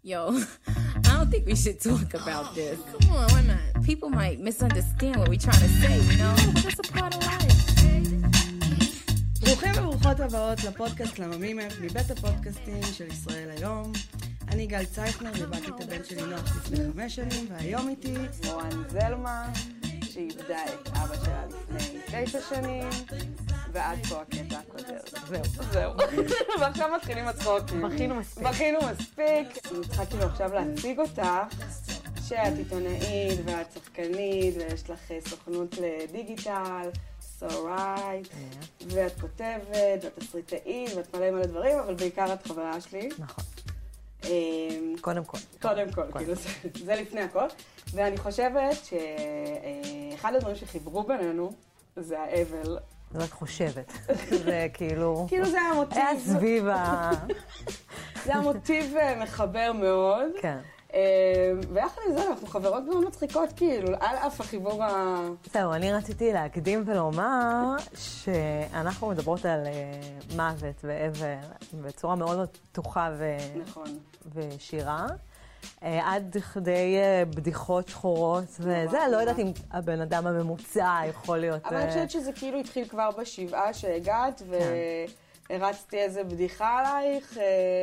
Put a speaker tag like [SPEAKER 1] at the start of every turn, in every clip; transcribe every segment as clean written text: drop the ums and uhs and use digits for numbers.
[SPEAKER 1] Yo, I don't think we should talk about this.
[SPEAKER 2] Come on, why not?
[SPEAKER 1] People might misunderstand what we're trying to say, you know? That's a part of life.
[SPEAKER 3] ברוכים וברוכות הבאות לפודקאסט לממימר מבית הפודקאסטים של ישראל היום. אני גל צייכנר, ליבדתי את הבן שלי נוח לפני 5 שנים, והיום איתי
[SPEAKER 4] מורן זלמה, שאיבדה את אבא שלה לפני 9 שנים, ועד פה הקטע הקודר. זהו. ועכשיו מתחילים הצחוקים. בכינו מספיק. אני צריכה כאילו עכשיו להציג אותך, שאת עיתונאית ואת שחקנית, ויש לך סוכנות לדיגיטל, so right, ואת כותבת, ואת תסריטאית, ואת מלא דברים, אבל בעיקר את חברה שלי.
[SPEAKER 5] נכון. קודם כל,
[SPEAKER 4] כאילו זה לפני הכל. ואני חושבת שאחד הדברים שחיברו בינינו זה האבל.
[SPEAKER 5] זה רק חושבת. זה כאילו...
[SPEAKER 4] כאילו זה המוטיב.
[SPEAKER 5] היה סביב ה...
[SPEAKER 4] זה המוטיב מחבר מאוד.
[SPEAKER 5] כן.
[SPEAKER 4] ויחד עם זה אנחנו חברות מאוד מצחיקות, כאילו, על אף החיבור ה...
[SPEAKER 5] זהו, אני רציתי להקדים ולומר שאנחנו מדברות על מוות ועבר בצורה מאוד מאוד פתוחה ושירה. עד כדי בדיחות שחורות וזה, לא יודעת אם הבן אדם הממוצע יכול להיות...
[SPEAKER 4] אבל אני חושבת שזה כאילו התחיל כבר בשבעה שהגעת, והרצתי איזה בדיחה עלייך,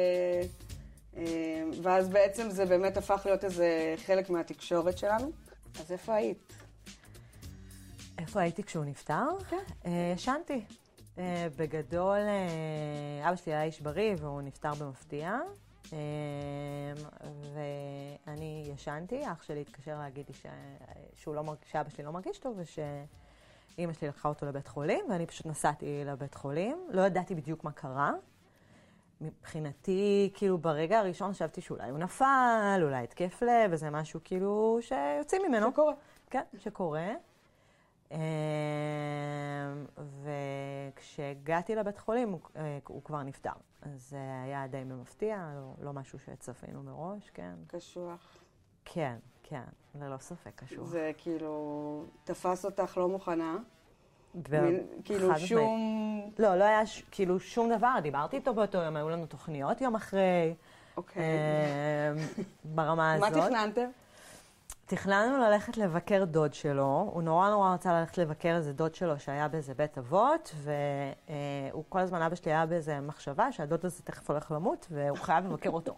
[SPEAKER 4] ואז בעצם זה באמת הפך להיות איזה חלק מהתקשורת שלנו. אז איפה היית?
[SPEAKER 5] איפה הייתי כשהוא נפטר?
[SPEAKER 4] כן.
[SPEAKER 5] ישנתי. בגדול, אבא שלי היה איש בריא והוא נפטר במפתיע. ואני ישנתי, אח שלי התקשר להגיד לי שאבא שלי לא מרגיש טוב ושאמא שלי לקחה אותו לבית חולים, ואני פשוט נסעתי לבית חולים. לא ידעתי בדיוק מה קרה. מבחינתי, כאילו ברגע הראשון חשבתי שאולי הוא נפל, אולי התקף לב, וזה משהו כאילו שיוצאים ממנו.
[SPEAKER 4] שקורה.
[SPEAKER 5] כן, שקורה. וכשהגעתי לבית חולים הוא כבר נפטר. אז זה היה די במפתיע, לא משהו שצפינו מראש, כן.
[SPEAKER 4] קשוח.
[SPEAKER 5] כן, כן, ללא ספק קשוח.
[SPEAKER 4] זה כאילו תפס אותך לא מוכנה.
[SPEAKER 5] כאילו שום... לא היה כאילו שום דבר, דיברתי איתו באותו יום, היו לנו תוכניות יום אחרי.
[SPEAKER 4] אוקיי.
[SPEAKER 5] ברמה הזאת.
[SPEAKER 4] מה תכננתם?
[SPEAKER 5] תכננו ללכת לבקר דוד שלו, הוא נורא רצה ללכת לבקר איזה דוד שלו שהיה באיזה בית אבות, והוא כל הזמן, אבא שלי היה באיזה מחשבה שהדוד הזה תכף הולך למות, והוא חייב לבקר אותו.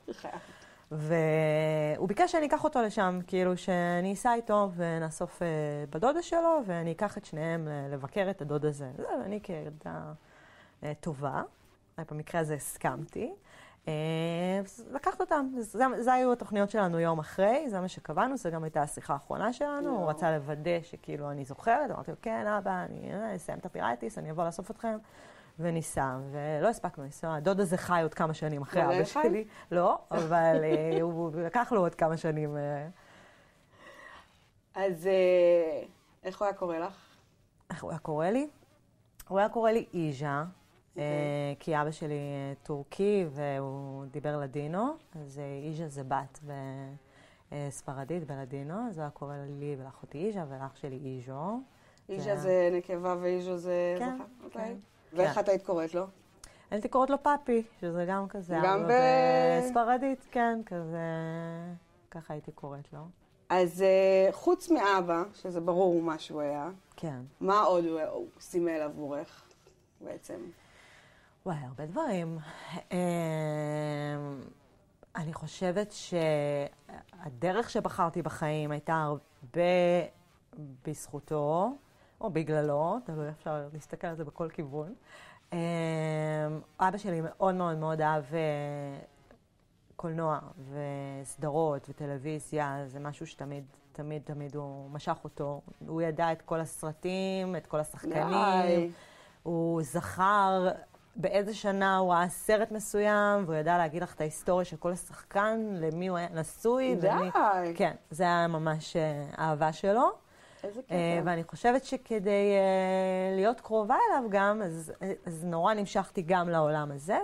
[SPEAKER 5] והוא ביקש שאני אקח אותו לשם, כאילו שאני אסע איתו ונאסוף בדודה שלו, ואני אקח את שניהם לבקר את הדוד הזה. זהו, אני כילדה טובה, במקרה הזה הסכמתי. לקחת אותם, זה היו התוכניות שלנו יום אחרי, זה מה שקבענו, זה גם הייתה השיחה האחרונה שלנו, הוא רצה לוודא שכאילו אני זוכרת, אמרתי לו, כן אבא, אני אסיים את הפיראטיס, אני אבוא לאסוף אתכם, וניסע, ולא הספקנו לנסוע, הדוד הזה חי עוד כמה שנים אחרי אבא שלי, לא, אבל הוא לקח לו עוד כמה שנים.
[SPEAKER 4] אז איך הוא היה קורא לך?
[SPEAKER 5] איך הוא היה קורא לי? הוא היה קורא לי איז'ה. כי אבא שלי טורקי והוא דיבר לדינו, אז איז'ה זה בת בספרדית בלדינו, אז הוא היה קורא לי ולאחותי איז'ה ולאח שלי איז'ו.
[SPEAKER 4] איז'ה זה נקבה ואיז'ו זה זכר? אוקיי. ואיך את היית קוראת לו?
[SPEAKER 5] הייתי קוראת לו פאפי, שזה גם כזה.
[SPEAKER 4] גם
[SPEAKER 5] בספרדית, כן, כזה, ככה הייתי קוראת לו.
[SPEAKER 4] אז חוץ מאבא, שזה ברור מה שהוא היה,
[SPEAKER 5] כן.
[SPEAKER 4] מה עוד הוא סימל עבורך בעצם?
[SPEAKER 5] וואי, הרבה דברים. אני חושבת שהדרך שבחרתי בחיים הייתה הרבה בזכותו, או בגללו, תלוי אפשר להסתכל על זה בכל כיוון. אבא שלי מאוד מאוד מאוד אהב קולנוע וסדרות וטלוויזיה, זה משהו שתמיד הוא משך אותו. הוא ידע את כל הסרטים, את כל השחקנים. הוא זכר באיזה שנה הוא ראה סרט מסוים, והוא ידע להגיד לך את ההיסטוריה של כל השחקן, למי הוא היה נשוי. כן, זה היה ממש אהבה שלו.
[SPEAKER 4] איזה קטע.
[SPEAKER 5] ואני חושבת שכדי להיות קרובה אליו גם, אז נורא נמשכתי גם לעולם הזה,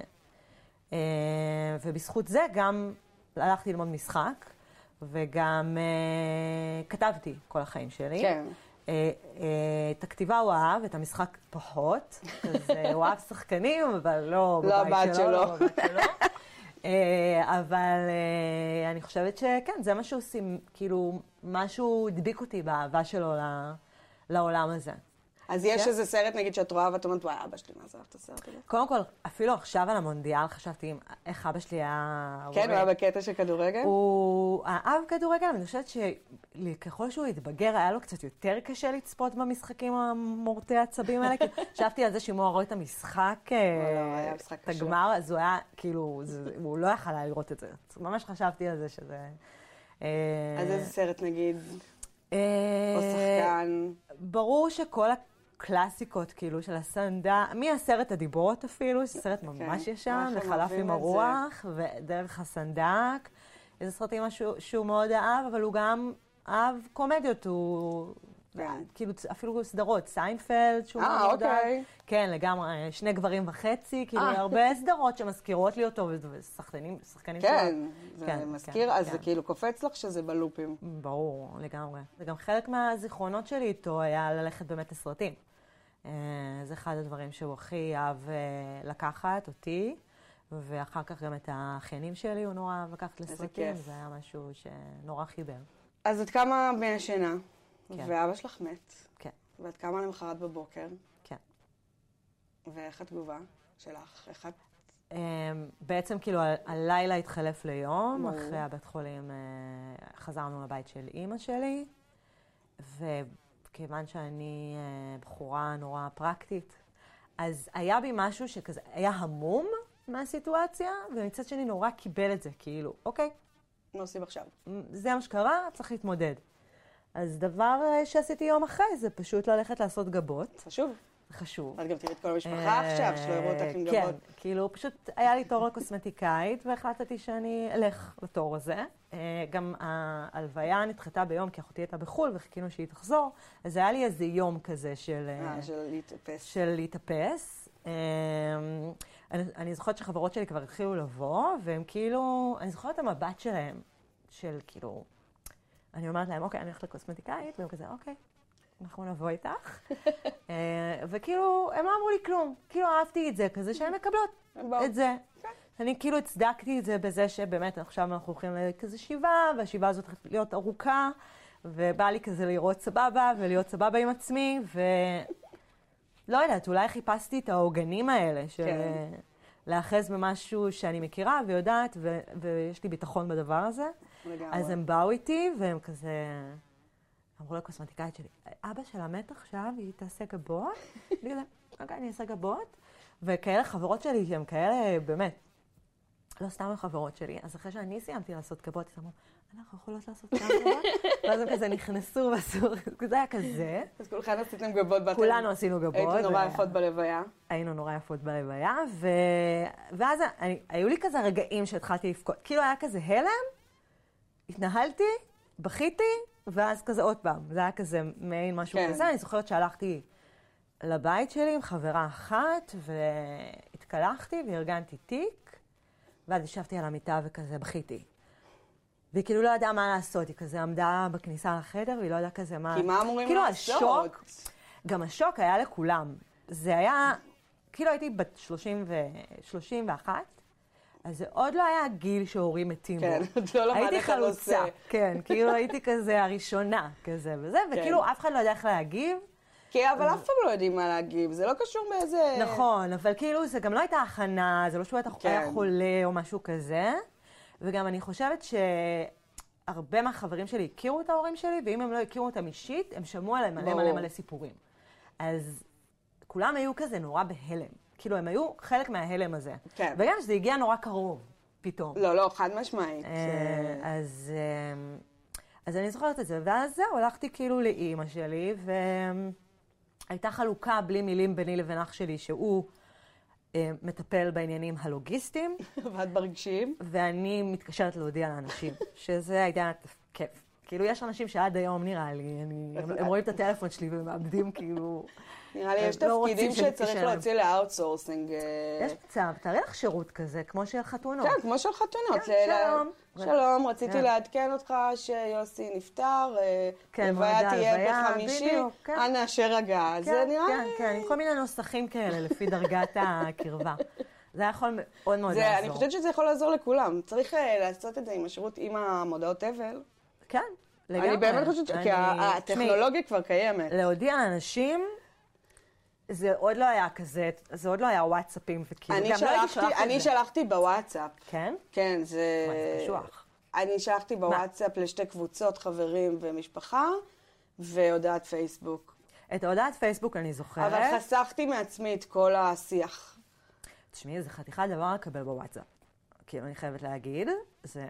[SPEAKER 5] ובזכות זה גם הלכתי ללמוד משחק, וגם כתבתי כל החיים שלי.
[SPEAKER 4] כן.
[SPEAKER 5] את הכתיבה הוא אהב, את המשחק פחות, אז הוא אהב שחקנים, אבל לא
[SPEAKER 4] בבית שלו.
[SPEAKER 5] אבל אני חושבת שכן, זה מה שעושים, כאילו, משהו הדביק אותי באהבה שלו לעולם הזה.
[SPEAKER 4] אז יש איזה סרט, נגיד, שאת רואה ואת אומרת, וואי, אבא שלי, מה זה אהבת הסרט הזה?
[SPEAKER 5] קודם כל, אפילו עכשיו על המונדיאל חשבתי איך אבא שלי היה...
[SPEAKER 4] כן, הוא היה בקטע של כדורגל?
[SPEAKER 5] הוא אהב כדורגל, אני חושבת שככל שהוא התבגר, היה לו קצת יותר קשה לצפות במשחקים המורטי העצבים האלה, כי חשבתי על זה שאם הוא רואה את המשחק, את הגמר, אז הוא היה, כאילו, הוא לא יכל היה לראות את זה. ממש חשבתי על זה שזה...
[SPEAKER 4] אז איזה סרט, נגיד? או שחקן?
[SPEAKER 5] ברור שכל הקלאסיקות, כאילו, של הסנדק, מהסרט הדיברות אפילו, סרט ממש ישן, וחלף עם הרוח, ודרך הסנדק. איזה סרטים שהוא מאוד אהב, אבל הוא גם אהב קומדיות, הוא... כאילו, אפילו סדרות, סיינפלד, שהוא מאוד אהב. כן, לגמרי, 2 גברים וחצי, כאילו, הרבה סדרות שמזכירות לי אותו, ושחקנים שלו.
[SPEAKER 4] כן, זה מזכיר, אז זה כאילו קופץ לך שזה בלופים.
[SPEAKER 5] ברור, לגמרי. וגם חלק מהזיכרונות שלי איתו היה ללכת באמת לסרטים. זה אחד הדברים שהוא הכי אהב לקחת אותי, ואחר כך גם את האחיינים שלי הוא נורא אהב לקחת לסרטים, זה היה משהו שנורא חיבר.
[SPEAKER 4] אז את קמה מהשינה.
[SPEAKER 5] כן.
[SPEAKER 4] ואבא שלך מת.
[SPEAKER 5] כן.
[SPEAKER 4] ואת קמה למחרת בבוקר.
[SPEAKER 5] כן.
[SPEAKER 4] ואיך התגובה שלך? איך את...
[SPEAKER 5] בעצם כאילו הלילה התחלף ליום, אחרי הבית חולים חזרנו לבית של אימא שלי, וכיוון שאני בחורה נורא פרקטית, אז היה בי משהו שכזה, היה המום מהסיטואציה, ומצד שני נורא קיבל את זה, כאילו, אוקיי.
[SPEAKER 4] מה עושים עכשיו?
[SPEAKER 5] זה מה שקרה, צריך להתמודד. אז דבר שעשיתי יום אחרי זה פשוט ללכת לעשות גבות.
[SPEAKER 4] חשוב.
[SPEAKER 5] זה חשוב.
[SPEAKER 4] את גם תראי את כל המשפחה עכשיו, שלא יראו אותך עם גבות.
[SPEAKER 5] כן, כאילו פשוט היה לי תור לקוסמטיקאית, והחלטתי שאני אלך לתור הזה. גם ההלוויה נדחתה ביום, כי אחותי הייתה בחול, וחיכינו שהיא תחזור. אז היה לי איזה יום כזה של
[SPEAKER 4] להתאפס.
[SPEAKER 5] של להתאפס. אני זוכרת שחברות שלי כבר התחילו לבוא, והם כאילו, אני זוכרת את המבט שלהם, של כאילו, אני אומרת להם, אוקיי, אני הולכת לקוסמטיקאית, והם כזה, אוקיי, אנחנו נבוא איתך. וכאילו, הם לא אמרו לי כלום. כאילו, אהבתי את זה, כזה שהן מקבלות את זה. אני כאילו הצדקתי את זה בזה שבאמת עכשיו אנחנו הולכים לכזה שבעה, והשבעה הזאת הולכת להיות ארוכה, ובא לי כזה לראות סבבה, ולהיות סבבה עם עצמי, לא יודעת, אולי חיפשתי את העוגנים האלה, של לאחז במשהו שאני מכירה ויודעת, ויש לי ביטחון בדבר הזה. אז הם באו איתי, והם כזה... אמרו לקוסמטיקאית שלי, אבא שלה מת עכשיו, היא תעשה גבות? בגלל, אוקיי, אני אעשה גבות. וכאלה חברות שלי, שהן כאלה, באמת, לא סתם החברות שלי. אז אחרי שאני סיימתי לעשות גבות, הם אמרו, אנחנו יכולות לעשות גם גבות? ואז הם כזה נכנסו ועשו, זה היה כזה.
[SPEAKER 4] אז כולכם עשיתם גבות.
[SPEAKER 5] כולנו עשינו גבות.
[SPEAKER 4] היינו נורא יפות בלוויה.
[SPEAKER 5] היינו נורא יפות בלוויה, ואז היו לי כזה רגעים שהתחלתי לפקוד. כאילו היה כזה הלם, התנהלתי, בכיתי, ואז כזה עוד פעם. זה היה כזה מעין משהו כזה. אני זוכרת שהלכתי לבית שלי עם חברה אחת, והתקלחתי וארגנתי תיק, ואז ישבתי על המיטה וכזה בכיתי. והיא כאילו לא ידעה מה לעשות, היא כזה עמדה בכניסה לחדר, והיא לא ידעה כזה מה...
[SPEAKER 4] כי מה אמורים
[SPEAKER 5] כאילו
[SPEAKER 4] לעשות?
[SPEAKER 5] השוק, גם השוק היה לכולם. זה היה, כאילו הייתי בת 31, אז זה עוד לא היה גיל שהורים מתים בו.
[SPEAKER 4] כן, לא למדת
[SPEAKER 5] הייתי חלוצה, כן, כאילו הייתי כזה הראשונה, כזה וזה, וכאילו אף אחד לא יודע איך להגיב.
[SPEAKER 4] אבל אף פעם לא יודעים מה להגיב, זה לא קשור באיזה...
[SPEAKER 5] נכון, אבל כאילו זה גם לא הייתה הכנה, זה לא שהוא היה חולה או משהו כזה. וגם אני חושבת שהרבה מהחברים שלי הכירו את ההורים שלי, ואם הם לא הכירו אותם אישית, הם שמעו עליהם מלא מלא מלא סיפורים. אז כולם היו כזה נורא בהלם. כאילו, הם היו חלק מההלם הזה.
[SPEAKER 4] כן.
[SPEAKER 5] וגם שזה הגיע נורא קרוב, פתאום.
[SPEAKER 4] לא, חד משמעית.
[SPEAKER 5] אז אני זוכרת את זה, ואז זהו, הלכתי כאילו לאימא שלי, והייתה חלוקה בלי מילים ביני לבין אח שלי, שהוא מטפל בעניינים הלוגיסטיים.
[SPEAKER 4] ואת ברגשיים.
[SPEAKER 5] ואני מתקשרת להודיע לאנשים, שזה הייתה כיף. כאילו, יש אנשים שעד היום נראה לי, הם רואים את הטלפון שלי ומאבדים כאילו...
[SPEAKER 4] נראה לי, יש תפקידים שצריך להוציא לאוטסורסינג.
[SPEAKER 5] יש מצב, תראי לך שירות כזה, כמו של חתונות.
[SPEAKER 4] כן, כמו של חתונות.
[SPEAKER 5] שלום.
[SPEAKER 4] שלום, רציתי לעדכן אותך שיוסי נפטר, לוויה תהיה בחמישי, אנא אשר הגעה. זה נראה לי...
[SPEAKER 5] כן, עם כל מיני נוסחים כאלה, לפי דרגת הקרבה. זה יכול מאוד מאוד לעזור.
[SPEAKER 4] אני חושבת שזה יכול לעזור לכולם. צריך לעשות את זה עם השירות, עם המודעות אבל.
[SPEAKER 5] כן, לגמרי.
[SPEAKER 4] אני באמת חושבת כי הטכנולוגיה כבר קיימת.
[SPEAKER 5] להודיע לאנשים, זה עוד לא היה כזה, זה עוד לא היה וואטסאפים וכאילו.
[SPEAKER 4] אני שלחתי בוואטסאפ.
[SPEAKER 5] כן?
[SPEAKER 4] כן, זה...
[SPEAKER 5] מה, זה קשוח.
[SPEAKER 4] אני שלחתי בוואטסאפ לשתי קבוצות, חברים ומשפחה, והודעת פייסבוק.
[SPEAKER 5] את ההודעת פייסבוק אני זוכרת.
[SPEAKER 4] אבל חסכתי מעצמי את כל השיח.
[SPEAKER 5] תשמעי, זה חתיכת דבר לקבל בוואטסאפ. כאילו, אני חייבת להגיד, זה...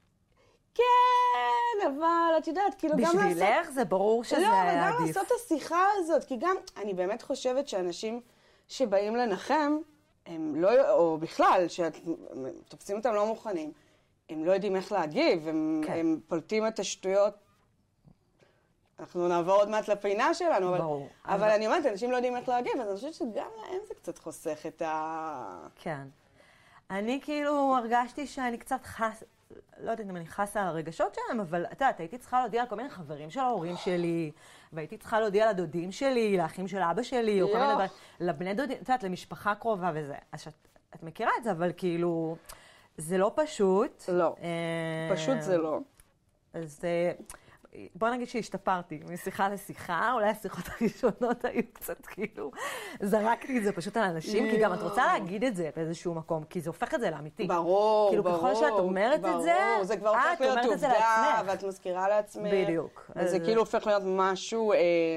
[SPEAKER 4] כן, אבל את יודעת, כאילו גם לעשות...
[SPEAKER 5] בשבילך זה ברור שזה עדיף.
[SPEAKER 4] לא, אבל גם לעשות את השיחה הזאת, כי גם, אני באמת חושבת שאנשים שבאים לנחם, הם לא, או בכלל, שתופסים אותם לא מוכנים, הם לא יודעים איך להגיב, הם פולטים את השטויות. אנחנו נעבור עוד מעט לפינה שלנו, אבל אני אומרת, אנשים לא יודעים איך להגיב, אז אני חושבת שגם להם זה קצת חוסך את ה...
[SPEAKER 5] כן. אני כאילו הרגשתי שאני קצת לא יודעת אם אני חסה על הרגשות שלהם, אבל את יודעת, הייתי צריכה להודיע על כל מיני חברים של ההורים שלי, והייתי צריכה להודיע לדודים שלי, לאחים של אבא שלי, או כל מיני דברים, לבני דודים, את יודעת, למשפחה קרובה וזה. אז את מכירה את זה, אבל כאילו, זה לא פשוט.
[SPEAKER 4] לא, פשוט זה לא.
[SPEAKER 5] אז בוא נגיד שהשתפרתי משיחה לשיחה, אולי השיחות הראשונות היו קצת כאילו, זרקתי את זה פשוט על אנשים, כי גם את רוצה להגיד את זה באיזשהו מקום, כי זה הופך את זה לאמיתי.
[SPEAKER 4] ברור,
[SPEAKER 5] כאילו ככל שאת אומרת את זה,
[SPEAKER 4] זה כבר הופך להיות עובדה, ואת מזכירה לעצמך.
[SPEAKER 5] בדיוק.
[SPEAKER 4] וזה כאילו הופך להיות משהו...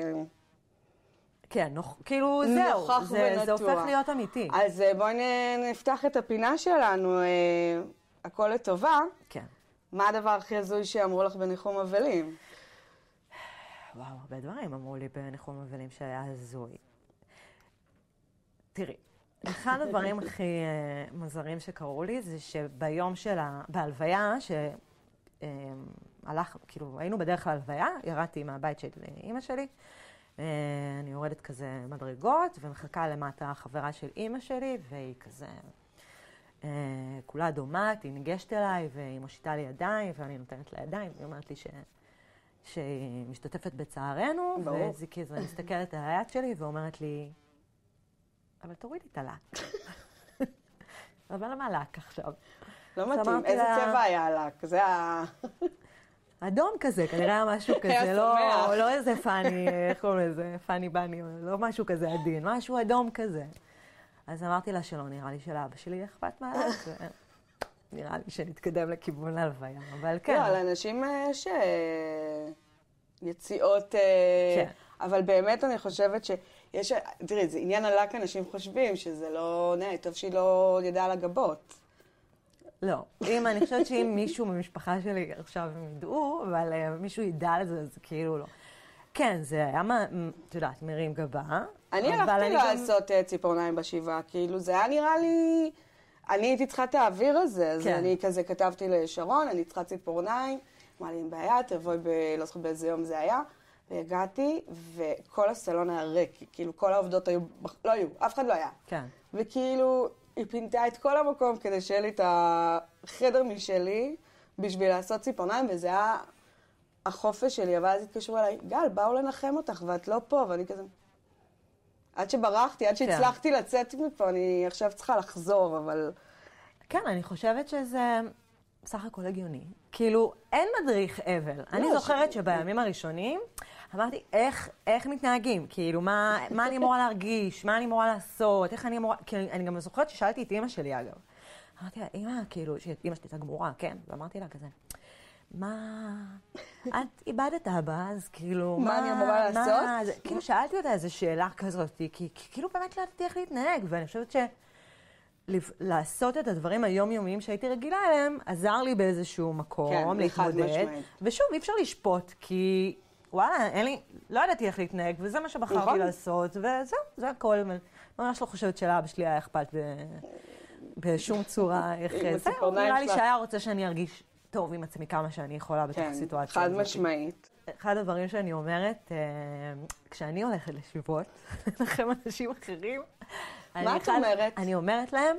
[SPEAKER 5] כן, כאילו זהו, זה הופך להיות אמיתי.
[SPEAKER 4] אז בואי נפתח את הפינה שלנו, הכל לטובה.
[SPEAKER 5] כן.
[SPEAKER 4] מה הדבר הכי הזוי שאמרו לך בניחום אבלים?
[SPEAKER 5] וואו, הרבה דברים אמרו לי בניחום אבלים שהיה הזוי. תראי, אחד הדברים הכי מוזרים שקרו לי זה שביום בהלוויה, כאילו היינו בדרך להלוויה, ירדתי מהבית של אמא שלי, אני יורדת כזה מדרגות ומחכה למטה חברה של אמא שלי, והיא כזה... כולה דומת, היא ניגשת אליי והיא מושיטה לי ידיים ואני נותנת לה ידיים, והיא אומרת לי שהיא משתתפת בצערנו, וזה כזה מסתכלת על היד שלי ואומרת לי, אבל תורידי את הלק. אבל למה לק עכשיו?
[SPEAKER 4] לא מתאים, איזה צבע היה הלק? זה
[SPEAKER 5] אדום כזה, כנראה היה משהו כזה, לא איזה פאני, איך קוראים לזה, פאני בני, לא משהו כזה עדין, משהו אדום כזה. אז אמרתי לה שלא, נראה לי שלאבא שלי אכפת מהלך, נראה לי שנתקדם לכיוון ההלוויה, אבל כן.
[SPEAKER 4] לא, לאנשים יש יציאות, אבל באמת אני חושבת שיש, תראי, זה עניין הלק, אנשים חושבים שזה לא, טוב שהיא לא ידעה על הגבות.
[SPEAKER 5] לא, אני חושבת שאם מישהו במשפחה שלי עכשיו הם ידעו, אבל מישהו ידע לזה, אז כאילו לא. כן, זה היה, את יודעת, מרים גבה.
[SPEAKER 4] אני הלכתי לעשות ציפורניים בשבעה, כאילו זה היה נראה לי, אני הייתי צריכה את האוויר הזה, אז אני כזה כתבתי לשרון, אני צריכה ציפורניים, אמרה לי, אין בעיה, תבואי לא זוכרת באיזה יום זה היה, והגעתי, וכל הסלון היה ריק, כאילו כל העובדות היו, לא היו, אף אחד לא היה. כן. וכאילו, היא פינתה את כל המקום כדי שיהיה לי את החדר משלי, בשביל לעשות ציפורניים, וזה היה החופש שלי, אבל אז התקשרו אליי, גל, באו לנחם אותך, ואת לא פה, ואני כזה... עד שברחתי, עד שהצלחתי לצאת מפה, אני עכשיו צריכה לחזור, אבל...
[SPEAKER 5] כן, אני חושבת שזה בסך הכל הגיוני. כאילו, אין מדריך אבל. אני זוכרת שבימים הראשונים אמרתי, איך מתנהגים? כאילו, מה אני אמורה להרגיש? מה אני אמורה לעשות? איך אני אמורה... כאילו, אני גם זוכרת ששאלתי את אמא שלי, אגב. אמרתי לה, אמא, כאילו, אמא שלי הייתה גמורה, כן? ואמרתי לה כזה, מה... את איבדת אבא, אז כאילו...
[SPEAKER 4] מה אני אמורה לעשות?
[SPEAKER 5] כאילו, שאלתי אותה איזו שאלה כזאת, כי כאילו באמת לא ידעתי איך להתנהג, ואני חושבת לעשות את הדברים היומיומיים שהייתי רגילה אליהם, עזר לי באיזשהו מקום להתמודד. ושוב, אי אפשר לשפוט, כי וואלה, לא ידעתי איך להתנהג, וזה מה שבחרתי לעשות, וזהו, זה הכל. ממש לא חושבת שלאבא שלי היה אכפת בשום צורה איך זה. נראה לי שהיה רוצה שאני ארגיש טוב עם עצמי כמה שאני יכולה בתוך סיטואציה הזאת.
[SPEAKER 4] חד משמעית.
[SPEAKER 5] אחד הדברים שאני אומרת, כשאני הולכת לשבעות, לכם אנשים אחרים,
[SPEAKER 4] מה את אומרת?
[SPEAKER 5] אני אומרת להם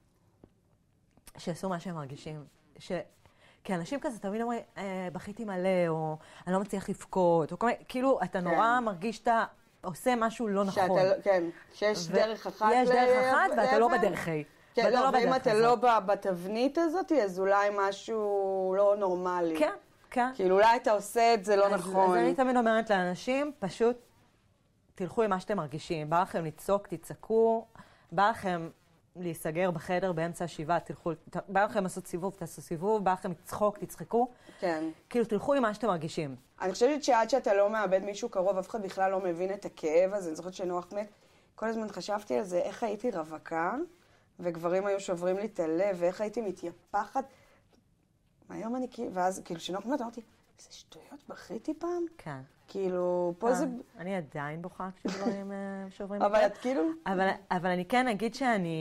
[SPEAKER 5] שיעשו מה שהם מרגישים. כי אנשים כזה תמיד אומרים, בכיתי מלא, או אני לא מצליח לבכות, או כאילו אתה נורא מרגיש שאתה עושה משהו לא נכון.
[SPEAKER 4] כן, שיש דרך אחת.
[SPEAKER 5] יש דרך אחת ואתה לא בדרך ההיא.
[SPEAKER 4] כן, לא, ואם אתה לא בתבנית הזאת, אז אולי משהו לא נורמלי.
[SPEAKER 5] כן, כן.
[SPEAKER 4] כאילו אולי אתה עושה את זה לא נכון.
[SPEAKER 5] אז אני תמיד אומרת לאנשים, פשוט תלכו עם מה שאתם מרגישים. בא לכם לצעוק, תצעקו, בא לכם להיסגר בחדר באמצע השבעה, תלכו, בא לכם לעשות סיבוב, תעשו סיבוב, בא לכם לצחוק, תצחקו.
[SPEAKER 4] כן.
[SPEAKER 5] כאילו תלכו עם מה שאתם מרגישים.
[SPEAKER 4] אני חושבת שעד שאתה לא מאבד מישהו קרוב, אף אחד בכלל לא מבין את הכאב הזה. אני זוכרת שנוח מת, כל הזמן חשבתי על זה, איך הייתי רווקה, וגברים היו שוברים לי את הלב, ואיך הייתי מתייפחת. היום אני כאילו, ואז כאילו שנוח מת, אמרתי, איזה שטויות, בכיתי פעם?
[SPEAKER 5] כן.
[SPEAKER 4] כאילו, פה זה...
[SPEAKER 5] אני עדיין בוכה כשדברים שוברים.
[SPEAKER 4] אבל את כאילו...
[SPEAKER 5] אבל אני כן אגיד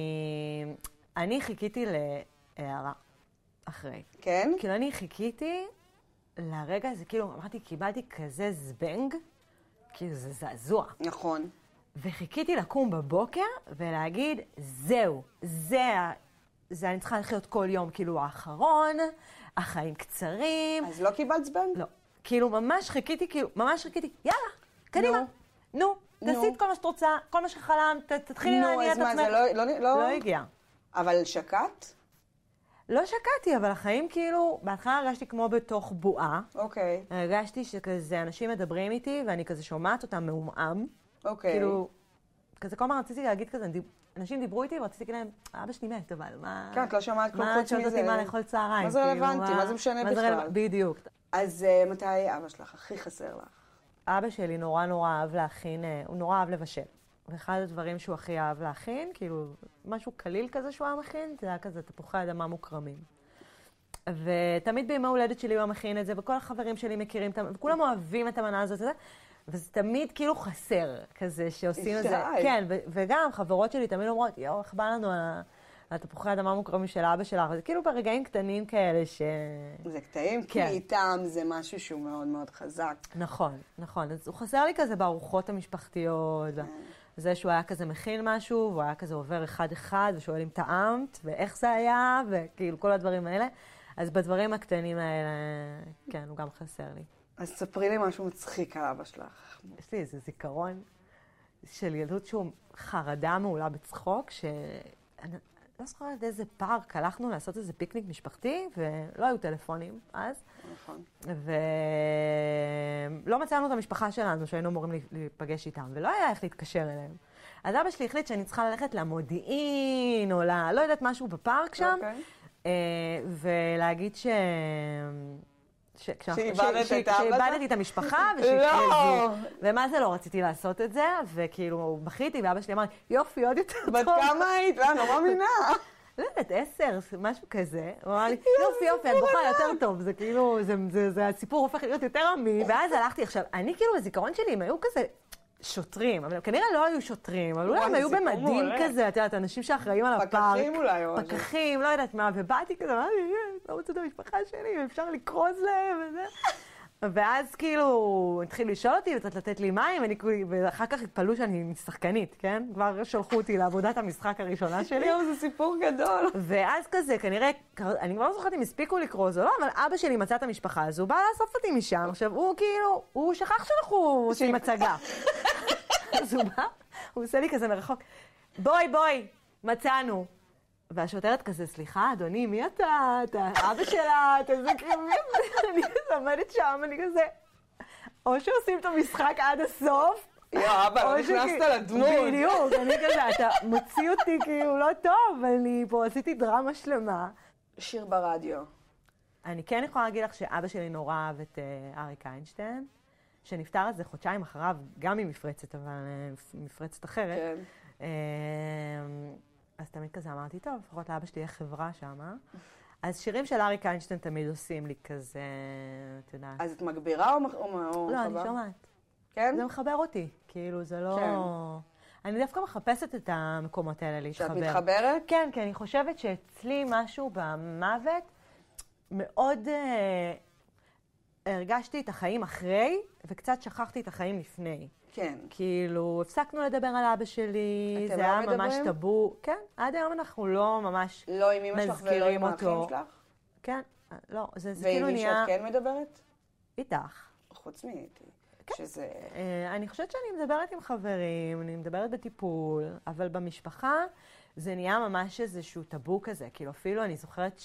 [SPEAKER 5] אני חיכיתי להערה אחרי.
[SPEAKER 4] כן?
[SPEAKER 5] כאילו אני חיכיתי לרגע הזה, כאילו אמרתי, קיבלתי כזה זבנג, כאילו זה זעזוע.
[SPEAKER 4] נכון.
[SPEAKER 5] וחיכיתי לקום בבוקר ולהגיד, זהו, זה אני צריכה לחיות כל יום, כאילו האחרון, החיים קצרים.
[SPEAKER 4] אז לא קיבלת זבנג?
[SPEAKER 5] לא. כאילו ממש חיכיתי, יאללה, קדימה. נו, תעשי את כל מה שאת רוצה, כל מה שחלמת, תתחילי להניע את עצמך.
[SPEAKER 4] נו, אז מה, זה לא...
[SPEAKER 5] לא הגיע.
[SPEAKER 4] אבל שקעת?
[SPEAKER 5] לא שקעתי, אבל החיים כאילו, בהתחלה הרגשתי כמו בתוך בועה.
[SPEAKER 4] אוקיי.
[SPEAKER 5] הרגשתי שכזה אנשים מדברים איתי, ואני כזה שומעת אותם מעומעם.
[SPEAKER 4] אוקיי.
[SPEAKER 5] כאילו, כזה כל מה רציתי להגיד כזה, אנשים דיברו איתי ורציתי להגיד להם, אבא שלי מת, אבל מה...
[SPEAKER 4] כן, את לא שמעת כל חוץ מזה.
[SPEAKER 5] מה שואלת אותי מה לאכול צהריים?
[SPEAKER 4] מה זה רלוונטי? מה זה משנה בכלל?
[SPEAKER 5] בדיוק.
[SPEAKER 4] אז מתי אבא שלך הכי חסר לך?
[SPEAKER 5] אבא שלי נורא אהב להכין, הוא נורא אהב לבשל. ואחד הדברים שהוא הכי אהב להכין, כאילו משהו קליל כזה שהוא היה מכין, זה היה כזה תפוחי אדמה מוקרמים. ותמיד בימי הולדת שלי הוא מכין את זה, וכל החברים שלי מכירים את זה, וכולם אוהבים את המנה הזאת, וזה תמיד כאילו חסר כזה שעושים את זה. כן, וגם חברות שלי תמיד אומרות, יואו, איך בא לנו על תפוחי אדמה מוקרמים של אבא שלך, וזה כאילו ברגעים קטנים כאלה
[SPEAKER 4] זה קטעים, כי איתם זה משהו שהוא מאוד מאוד חזק.
[SPEAKER 5] נכון. אז הוא חסר לי כזה בארוחות המשפחתיות, זה שהוא היה כזה מכין משהו, והוא היה כזה עובר אחד ושואל אם טעמת, ואיך זה היה, וכאילו כל הדברים האלה. אז בדברים הקטנים האלה, כן, הוא גם חסר לי.
[SPEAKER 4] אז ספרי לי משהו מצחיק על אבא שלך.
[SPEAKER 5] יש לי איזה זיכרון של ילדות שהוא חרדה מעולה בצחוק, אני לא זוכרת איזה פארק, הלכנו לעשות איזה פיקניק משפחתי, ולא היו טלפונים אז.
[SPEAKER 4] נכון.
[SPEAKER 5] ולא מצאנו את המשפחה שלנו שהיינו אמורים להיפגש איתם, ולא היה איך להתקשר אליהם. אז אבא שלי החליט שאני צריכה ללכת למודיעין, או לא יודעת משהו בפארק שם, ולהגיד שאיבדתי את המשפחה,
[SPEAKER 4] לא!
[SPEAKER 5] ומה זה לא רציתי לעשות את זה, וכאילו בכיתי, ואבא שלי אמר, יופי, עוד יותר טוב.
[SPEAKER 4] בת כמה היית? לא, נורא מינה.
[SPEAKER 5] לא יודעת, 10, משהו כזה. הוא אמר לי, יופי, את בוכה יותר טוב, זה כאילו, הסיפור הופך להיות יותר אמין, ואז הלכתי עכשיו, אני כאילו בזיכרון שלי, הם היו כזה שוטרים, אבל כנראה לא היו שוטרים, אבל אולי הם היו במדים כזה, את יודעת, אנשים שאחראים על הפארק.
[SPEAKER 4] פקחים אולי, או
[SPEAKER 5] פקחים, לא יודעת מה, ובאתי כזה, לא רוצה את המשפחה שלי, אפשר לקרוז להם וזה. ואז כאילו התחילו לשאול אותי וקצת לתת לי מים, ואחר כך התפלאו שאני שחקנית, כן? כבר שלחו אותי לעבודת המשחק הראשונה שלי.
[SPEAKER 4] זה סיפור גדול.
[SPEAKER 5] ואז כזה, כנראה, אני כבר לא זוכרת אם הספיקו לקרוז או לא, אבל אבא שלי מצא את המשפחה הזו, בא לאסוף אותי משם. עכשיו, הוא כאילו, הוא שכח שאנחנו עושים הצגה. אז הוא בא, הוא עושה לי כזה מרחוק, בואי, מצאנו. והשוטרת כזה, סליחה, אדוני, מי אתה? אתה אבא שלה, אתה זה כאילו, אני עומדת שם, אני כזה, או שעושים את המשחק עד הסוף,
[SPEAKER 4] אבא, לא נכנסת לדמות.
[SPEAKER 5] בדיוק, אני כזה, אתה מוציא אותי כאילו לא טוב, אני פה עשיתי דרמה שלמה.
[SPEAKER 4] שיר ברדיו.
[SPEAKER 5] אני כן יכולה להגיד לך שאבא שלי נורא אהב את אריק איינשטיין, שנפטר אז זה חודשיים אחריו, גם ממפרצת, אבל מפרצת אחרת. כן. אז תמיד כזה אמרתי, טוב, לפחות לאבא שלי יהיה חברה שם. אז שירים של אריק איינשטיין תמיד עושים לי כזה, אתה יודע.
[SPEAKER 4] אז את מגבירה או
[SPEAKER 5] לא, אני שומעת.
[SPEAKER 4] כן?
[SPEAKER 5] זה מחבר אותי, כאילו זה לא... כן. אני דווקא מחפשת את המקומות האלה להתחבר.
[SPEAKER 4] שאת מתחברת?
[SPEAKER 5] כן, כי אני חושבת שאצלי משהו במוות מאוד... הרגשתי את החיים אחרי, וקצת שכחתי את החיים לפני.
[SPEAKER 4] כן.
[SPEAKER 5] כאילו, הפסקנו לדבר על אבא שלי, זה
[SPEAKER 4] לא
[SPEAKER 5] היה
[SPEAKER 4] מדברים?
[SPEAKER 5] ממש טבו. כן, עד היום אנחנו לא ממש
[SPEAKER 4] לא עם אמא שלך ולא עם האחים שלך?
[SPEAKER 5] כן, לא, זה כאילו נהיה...
[SPEAKER 4] ועם מי שאת כן מדברת?
[SPEAKER 5] איתך.
[SPEAKER 4] חוץ מאיתי.
[SPEAKER 5] כן.
[SPEAKER 4] שזה...
[SPEAKER 5] אני חושבת שאני מדברת עם חברים, אני מדברת בטיפול, אבל במשפחה, זה נהיה ממש איזשהו טאבו כזה. כאילו אפילו אני זוכרת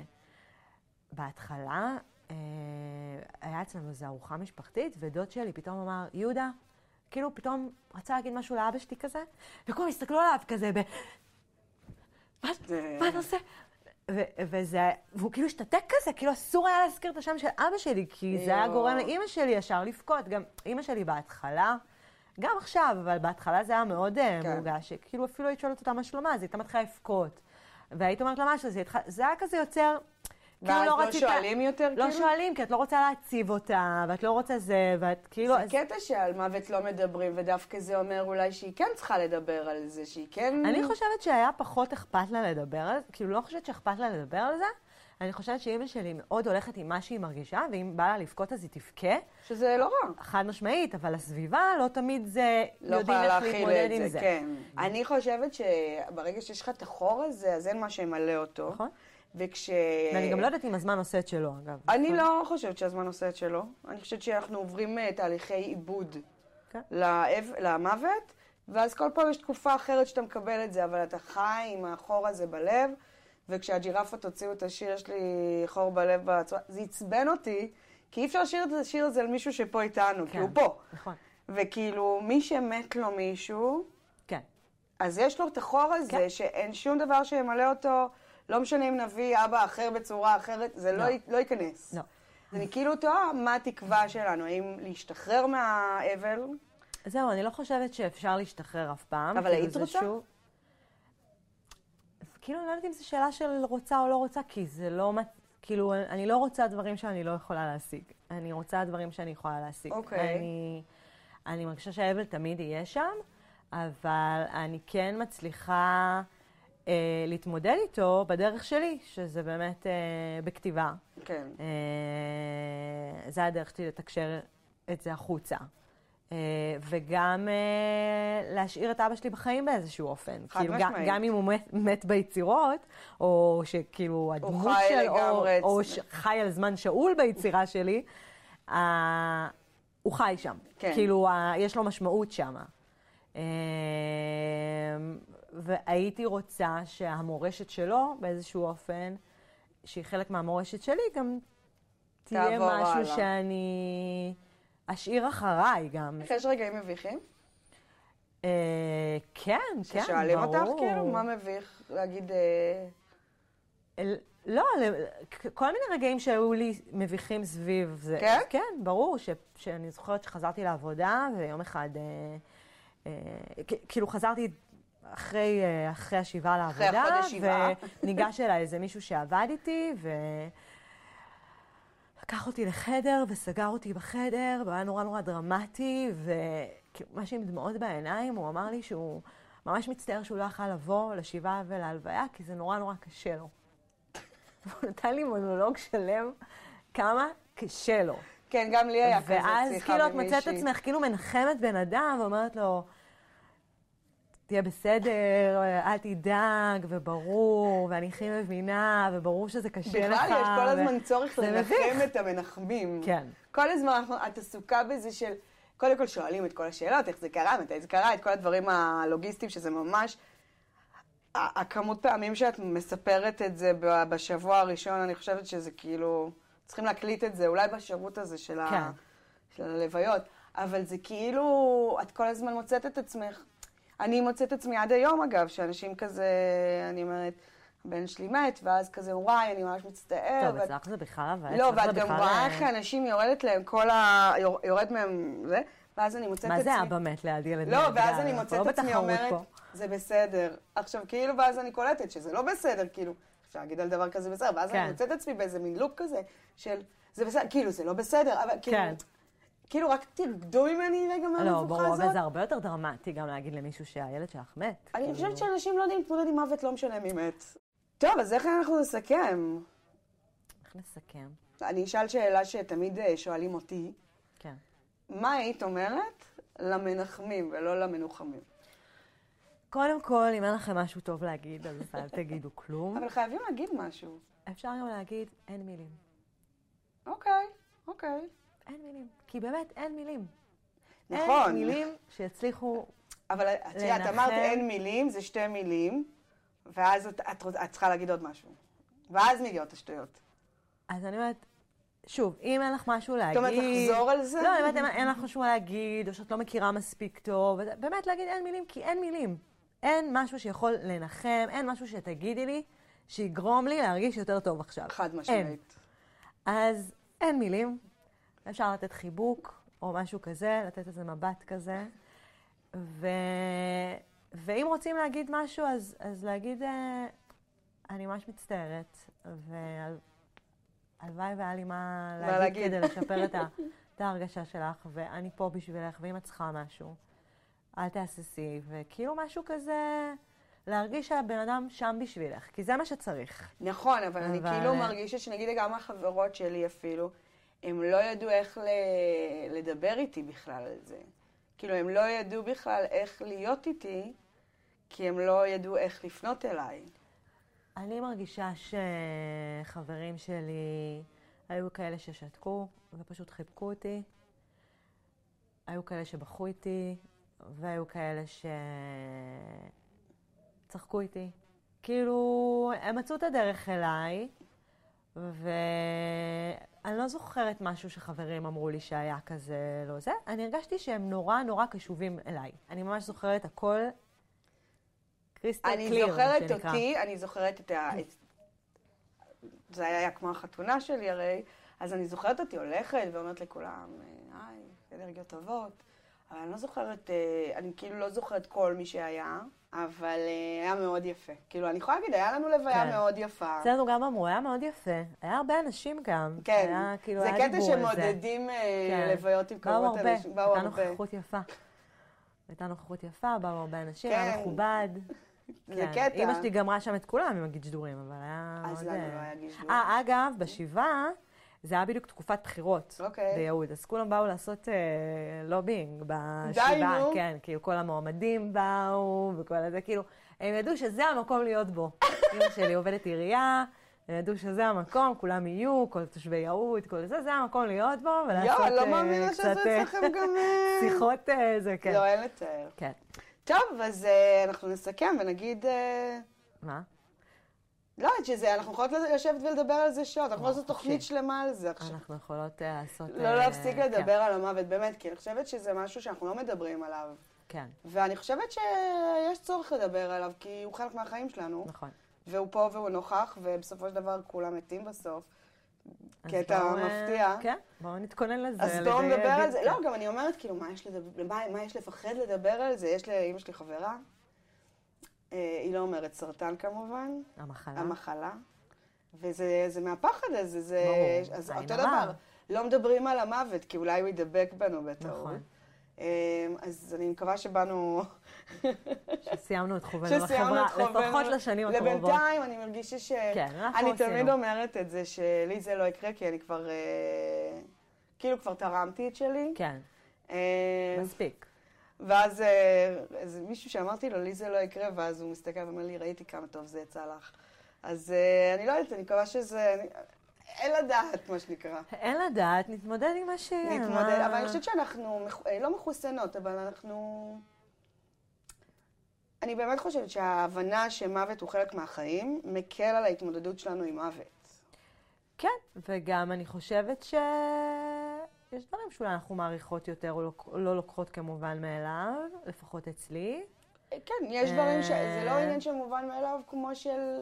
[SPEAKER 5] שבהתחלה היה אצלנו איזו ארוחה משפחתית, ודוד שלי פתאום אמר, יהודה, כאילו פתאום רצה להגיד משהו לאבא שלי כזה, וכולם הסתכלו עליו כזה מה אתה עושה? והוא כאילו השתתק כזה, כאילו אסור היה להזכיר את השם של אבא שלי, כי זה היה גורם לאמא שלי ישר לבכות. גם אמא שלי בהתחלה, גם עכשיו, אבל בהתחלה זה היה מאוד מורגש, שכאילו אפילו היית שואלת אותה מה שלומה, אז הייתה מתחילה לבכות. והיית אומרת לה משהו, זה היה כזה יוצר...
[SPEAKER 4] ואז לא שואלים יותר, כאילו?
[SPEAKER 5] לא שואלים, כי את לא רוצה להציב אותה, ואת לא רוצה זה, ואת כאילו...
[SPEAKER 4] זה קטע שעל מוות לא מדברים, ודווקא זה אומר אולי שהיא כן צריכה לדבר על זה, שהיא כן...
[SPEAKER 5] אני חושבת שהיה פחות אכפת לה לדבר על זה, כאילו לא חושבת שאכפת לה לדבר על זה, אני חושבת שאמא שלי מאוד הולכת עם מה שהיא מרגישה, ואם בא לה לבכות אז היא תבכה.
[SPEAKER 4] שזה לא רע.
[SPEAKER 5] חד משמעית, אבל הסביבה לא תמיד זה...
[SPEAKER 4] לא יכולה להכיל את זה, כן. אני חושבת שברגע שיש לך את החור הזה, אז אין מה שימלא אותו. נכון.
[SPEAKER 5] ואני גם לא יודעת אם הזמן עושה את שלו, אגב.
[SPEAKER 4] אני לא חושבת שהזמן עושה את שלו. אני חושבת שאנחנו עוברים תהליכי עיבוד למוות, ואז כל פעם יש תקופה אחרת שאתה מקבל את זה, אבל אתה חי עם החור הזה בלב, וכשהג'ירפות הוציאו את השיר, יש לי חור בלב בצורה, זה עצבן אותי, כי אי אפשר לשיר את השיר הזה על מישהו שפה איתנו, כי הוא פה.
[SPEAKER 5] נכון.
[SPEAKER 4] וכאילו, מי שמת לו מישהו,
[SPEAKER 5] כן.
[SPEAKER 4] אז יש לו את החור הזה, שאין שום דבר שימלא אותו, לא משנה אם נביא אבא אחר בצורה אחרת, זה לא ייכנס.
[SPEAKER 5] לא.
[SPEAKER 4] אני כאילו תוהה מה התקווה שלנו, האם להשתחרר מהאבל?
[SPEAKER 5] זהו, אני לא חושבת שאפשר להשתחרר אף פעם.
[SPEAKER 4] אבל היית רוצה?
[SPEAKER 5] כאילו, אני לא יודעת אם זו שאלה של רוצה או לא רוצה, כי זה לא... כאילו, אני לא רוצה דברים שאני לא יכולה להשיג. אני רוצה דברים שאני יכולה להשיג.
[SPEAKER 4] אוקיי.
[SPEAKER 5] אני מרגישה שהאבל תמיד יהיה שם, אבל אני כן מצליחה להתמודד איתו בדרך שלי, שזה באמת בכתיבה.
[SPEAKER 4] כן.
[SPEAKER 5] זה הדרך שלי לתקשר את זה החוצה. וגם להשאיר את אבא שלי בחיים באיזשהו אופן. כאילו, גם אם הוא מת ביצירות, או שכאילו הדמות שלו, או חי על זמן שאול ביצירה שלי, הוא חי שם. כאילו, יש לו משמעות שם. והייתי רוצה שהמורשת שלו, באיזשהו אופן, שהיא חלק מהמורשת שלי, גם תהיה משהו שאני אשאיר אחריי גם.
[SPEAKER 4] יש רגעים מביכים?
[SPEAKER 5] כן, כן, ברור.
[SPEAKER 4] ששואלים אותך כאילו? מה מביך? להגיד...
[SPEAKER 5] לא, כל מיני רגעים שהיו לי מביכים סביב זה.
[SPEAKER 4] כן?
[SPEAKER 5] כן, ברור, שאני זוכרת שחזרתי לעבודה, ויום אחד, כאילו חזרתי אחרי השבעה לעבודה,
[SPEAKER 4] אחרי החודש שבעה.
[SPEAKER 5] וניגש אליי איזה מישהו שעבד איתי, לקח אותי לחדר וסגר אותי בחדר, והיה נורא נורא דרמטי, ומשהו עם דמעות בעיניים, הוא אמר לי שהוא ממש מצטער שהוא לא יכול לבוא לשבעה ולהלוויה, כי זה נורא נורא קשה לו. הוא נתן לי מונולוג שלם, כמה קשה לו.
[SPEAKER 4] כן, גם לי היה כזה שיחה
[SPEAKER 5] ואז
[SPEAKER 4] במישהי.
[SPEAKER 5] כאילו את מצאת עצמך, כאילו מנחמת בן אדם, ואומרת לו, תהיה בסדר, אל תדאג, וברור, ואני הכי מבינה, וברור שזה קשה לך.
[SPEAKER 4] בכלל, יש כל הזמן צורך לנחם את המנחמים.
[SPEAKER 5] כן.
[SPEAKER 4] כל הזמן את עסוקה בזה של, קודם כל שואלים את כל השאלות, איך זה קרה, מתי זה קרה, את כל הדברים הלוגיסטיים, שזה ממש, הכמות פעמים שאת מספרת את זה בשבוע הראשון, אני חושבת שזה כאילו, צריכים להקליט את זה, אולי בשירות הזה של הלוויות, אבל זה כאילו, את כל הזמן מוצאת את עצמך, אני מוצאת את עצמי עד היום, אגב, שאנשים כזה, אני אומרת, הבן שלי מת, ואז כזה, וואי, אני ממש מצטער.
[SPEAKER 5] טוב, אצלך זה בכלל, אבל
[SPEAKER 4] לא, ואת גם רואה איך האנשים יורדת להם, יורד מהם זה, ואז אני מוצאת את עצמי...
[SPEAKER 5] מה זה אבא מת ליד ילד?
[SPEAKER 4] לא, ואז אני מוצאת את עצמי אומרת, זה בסדר. עכשיו, כאילו, ואז אני קולטת שזה לא בסדר, כאילו, אפשר להגיד על דבר כזה בסדר, ואז אני מוצאת את עצמי באיזה מין לופ כזה, של, זה בסדר, כאילו, זה לא בסדר, אבל כאילו... כאילו, רק תרקדו ממני רגע מהמבוכה הזאת.
[SPEAKER 5] לא, ברור, אבל זה הרבה יותר דרמטי גם להגיד למישהו שהילד שלך מת.
[SPEAKER 4] אני חושבת שאנשים לא יודעים להתמודד עם מוות, לא משנה מי מת. טוב, אז איך אנחנו נסכם?
[SPEAKER 5] איך נסכם?
[SPEAKER 4] אני אשאל שאלה שתמיד שואלים אותי.
[SPEAKER 5] כן.
[SPEAKER 4] מה היית אומרת למנחמים ולא למנוחמים?
[SPEAKER 5] קודם כל, אם אין לכם משהו טוב להגיד, אז אל תגידו כלום.
[SPEAKER 4] אבל חייבים להגיד משהו.
[SPEAKER 5] אפשר גם להגיד, אין מילים.
[SPEAKER 4] אוקיי.
[SPEAKER 5] אין מילים. כי באמת אין מילים.
[SPEAKER 4] נכון.
[SPEAKER 5] אין מילים שיצליחו
[SPEAKER 4] אבל את אמרת אין מילים, זה שתי מילים. ואז את צריכה להגיד עוד משהו. ואז מגיעות השטויות.
[SPEAKER 5] אז אני אומרת, שוב, אם אין לך משהו להגיד...
[SPEAKER 4] זאת אומרת, לחזור על זה?
[SPEAKER 5] לא, אני אומרת, אין לך משהו להגיד, או שאת לא מכירה מספיק טוב, באמת להגיד אין מילים, כי אין מילים. אין משהו שיכול לנחם, אין משהו שתגידי לי, שיגרום לי להרגיש יותר טוב עכשיו.
[SPEAKER 4] חד משמעית.
[SPEAKER 5] אז אין מילים, אפשר לתת חיבוק, או משהו כזה, לתת איזה מבט כזה, ואם רוצים להגיד משהו, אז להגיד, אני ממש מצטערת, הלוואי והיה לי מה להגיד כדי לשפר את ההרגשה שלך, ואני פה בשבילך, ואם את צריכה משהו, אל תהססי, וכאילו משהו כזה, להרגיש שהבן אדם שם בשבילך, כי זה מה שצריך.
[SPEAKER 4] נכון, אבל אני כאילו מרגישה שנגיד גם החברות שלי אפילו, הם לא ידעו איך לדבר איתי בכלל על זה. כאילו, הם לא ידעו בכלל איך להיות איתי, כי הם לא ידעו איך לפנות אליי.
[SPEAKER 5] אני מרגישה שחברים שלי היו כאלה ששתקו ופשוט חיבקו אותי. היו כאלה שבחו איתי, והיו כאלה שצחקו איתי. כאילו, הם מצאו את הדרך אליי, ואני לא זוכרת משהו שחברים אמרו לי שהיה כזה, לא זה. אני הרגשתי שהם נורא נורא קשובים אליי. אני ממש זוכרת הכל קריסטל קליר,
[SPEAKER 4] אני זוכרת את זה היה כמו החתונה שלי הרי, אז אני זוכרת אותי הולכת ואומרת לכולם, היי, אנרגיות טובות. אבל אני לא זוכרת, אני כאילו לא זוכרת כל מי שהיה, אבל היה מאוד יפה. כאילו, אני יכולה להגיד, היה לנו לוויה מאוד יפה.
[SPEAKER 5] אצלנו גם אמרו, היה מאוד יפה. היה הרבה אנשים גם.
[SPEAKER 4] כן, זה קטע שמודדים לוויות עם כמות אנשים.
[SPEAKER 5] באו הרבה. הייתה נוכחות יפה. הייתה נוכחות יפה, באו הרבה אנשים, היה מכובד.
[SPEAKER 4] זה קטע.
[SPEAKER 5] אמא שלי גמרה שם את כולם עם הגישדורים, אבל היה
[SPEAKER 4] אז לנו לא היה גישדור.
[SPEAKER 5] אגב, בשבעה, זה היה בדיוק תקופת בחירות ביהוד, אז כולם באו לעשות לובינג בשבעה, כן, כאילו כל המועמדים באו וכל הזה, כאילו, הם ידעו שזה המקום להיות בו. אמא שלי עובדת עירייה, הם ידעו שזה המקום, כולם יהיו, כל תושבי יהוד, כל זה המקום להיות בו, ולעשות
[SPEAKER 4] לא מאמינה שזה אצלכם גם...
[SPEAKER 5] שיחות זה, כן.
[SPEAKER 4] לא, אין לתאר.
[SPEAKER 5] כן.
[SPEAKER 4] טוב, אז אנחנו נסכם ונגיד...
[SPEAKER 5] מה?
[SPEAKER 4] לא, שזה, אנחנו יכולות לשבת ולדבר על זה שעות, אנחנו יכולות לעשות תוכנית שלמה על זה עכשיו.
[SPEAKER 5] אנחנו יכולות לעשות...
[SPEAKER 4] לא להפסיק לדבר על המוות, באמת, כי אני חושבת שזה משהו שאנחנו לא מדברים עליו.
[SPEAKER 5] כן.
[SPEAKER 4] ואני חושבת שיש צורך לדבר עליו, כי הוא חלק מהחיים שלנו.
[SPEAKER 5] נכון.
[SPEAKER 4] והוא פה והוא נוכח, ובסופו של דבר כולם מתים בסוף. קטע מפתיע.
[SPEAKER 5] כן, בואו נתכונן לזה.
[SPEAKER 4] אז בואו נדבר על זה. לא, גם אני אומרת, כאילו, מה יש לפחד לדבר על זה? יש לאמא שלי חברה. היא לא אומרת סרטן כמובן. המחלה. וזה מהפחד הזה. ברור. אז אותו דבר. לא מדברים על המוות, כי אולי הוא ידבק בנו בטעות. נכון. אז אני מקווה שבאנו...
[SPEAKER 5] שסיימנו את חובנו לחברה, לפחות לשנים הקרובות.
[SPEAKER 4] לבינתיים אני מרגישה ש... אני תמיד אומרת את זה, שלי זה לא יקרה, כי אני כבר... כאילו כבר תרמתי את שלי.
[SPEAKER 5] כן. מספיק.
[SPEAKER 4] ואז מישהו שאמרתי לו, לי זה לא יקרה, ואז הוא מסתכל ואומר לי, ראיתי כמה טוב זה יצא לך. אז אני לא יודעת, אני מקווה שזה... אין לדעת, מה שנקרא.
[SPEAKER 5] אין לדעת, נתמודד עם מה שיהיה.
[SPEAKER 4] נתמודד, אבל אני חושבת שאנחנו לא מחוסנות, אבל אנחנו... אני באמת חושבת שההבנה שמוות הוא חלק מהחיים, מקל על ההתמודדות שלנו עם מוות.
[SPEAKER 5] כן, וגם אני חושבת שיש דברים שאולי אנחנו מעריכות יותר, או לא לוקחות כמובן מאליו, לפחות אצלי.
[SPEAKER 4] כן, יש דברים זה לא עניין של מובן מאליו, כמו של...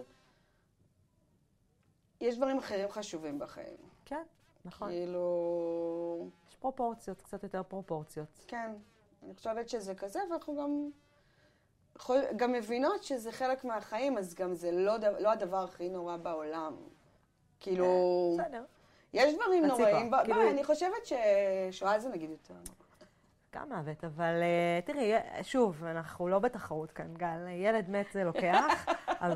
[SPEAKER 4] יש דברים אחרים חשובים בחיים.
[SPEAKER 5] כן, נכון.
[SPEAKER 4] כאילו...
[SPEAKER 5] יש פרופורציות, קצת יותר פרופורציות.
[SPEAKER 4] כן, אני חושבת שזה כזה, ואנחנו גם מבינות שזה חלק מהחיים, אז גם זה לא הדבר הכי נורא בעולם. כאילו...
[SPEAKER 5] בסדר.
[SPEAKER 4] יש דברים נוראים, אני חושבת ששואה זה נגיד יותר נורא.
[SPEAKER 5] גם מוות, אבל תראי, שוב, אנחנו לא בתחרות כאן, גל, ילד מת זה לוקח,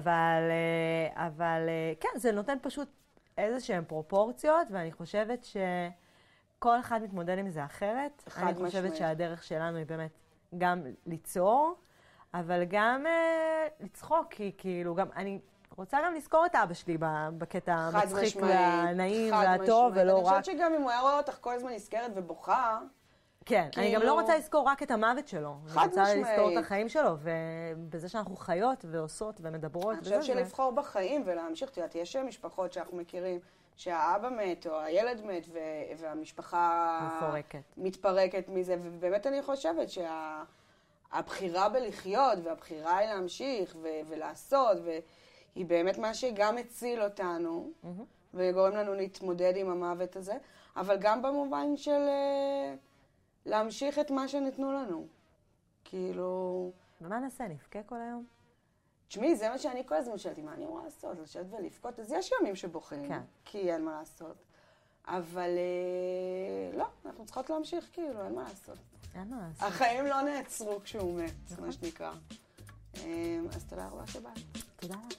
[SPEAKER 5] אבל כן, זה נותן פשוט איזשהם פרופורציות, ואני חושבת שכל אחד מתמודד עם זה אחרת. אני חושבת שהדרך שלנו היא באמת גם ליצור, אבל גם לצחוק, כי כאילו גם, אני רוצה גם לזכור את אבא שלי בקטע המצחיק והנעים והטוב, ולא רק...
[SPEAKER 4] אני חושבת שגם אם הוא היה רואה אותך כל הזמן נזכרת ובוכה,
[SPEAKER 5] כן, אני גם לא רוצה לזכור רק את המוות שלו.
[SPEAKER 4] חד
[SPEAKER 5] אני רוצה
[SPEAKER 4] משמעית.
[SPEAKER 5] לזכור את החיים שלו, ובזה שאנחנו חיות ועושות ומדברות.
[SPEAKER 4] אני חושב שלבחור בחיים ולהמשיך, תראה, יש משפחות שאנחנו מכירים, שהאבא מת או הילד מת והמשפחה מתפרקת מזה, ובאמת אני חושבת שהבחירה בלחיות והבחירה היא להמשיך ולעשות, היא באמת מה שגם הציל אותנו, וגורם לנו להתמודד עם המוות הזה, אבל גם במובן של להמשיך את מה שנתנו לנו. כאילו...
[SPEAKER 5] ומה נעשה? נבכה כל היום?
[SPEAKER 4] תשמעי, זה מה שאני כל הזמן שאלתי, מה אני אמורה לעשות? לשבת ולבכות? אז יש ימים שבוכים,
[SPEAKER 5] כן.
[SPEAKER 4] כי אין מה לעשות. אבל לא, אנחנו צריכות להמשיך כאילו, אין מה לעשות.
[SPEAKER 5] אין מה לעשות.
[SPEAKER 4] החיים לא נעצרו כשהוא מת, מה שנקרא. אז תודה רבה שבאת.
[SPEAKER 5] תודה.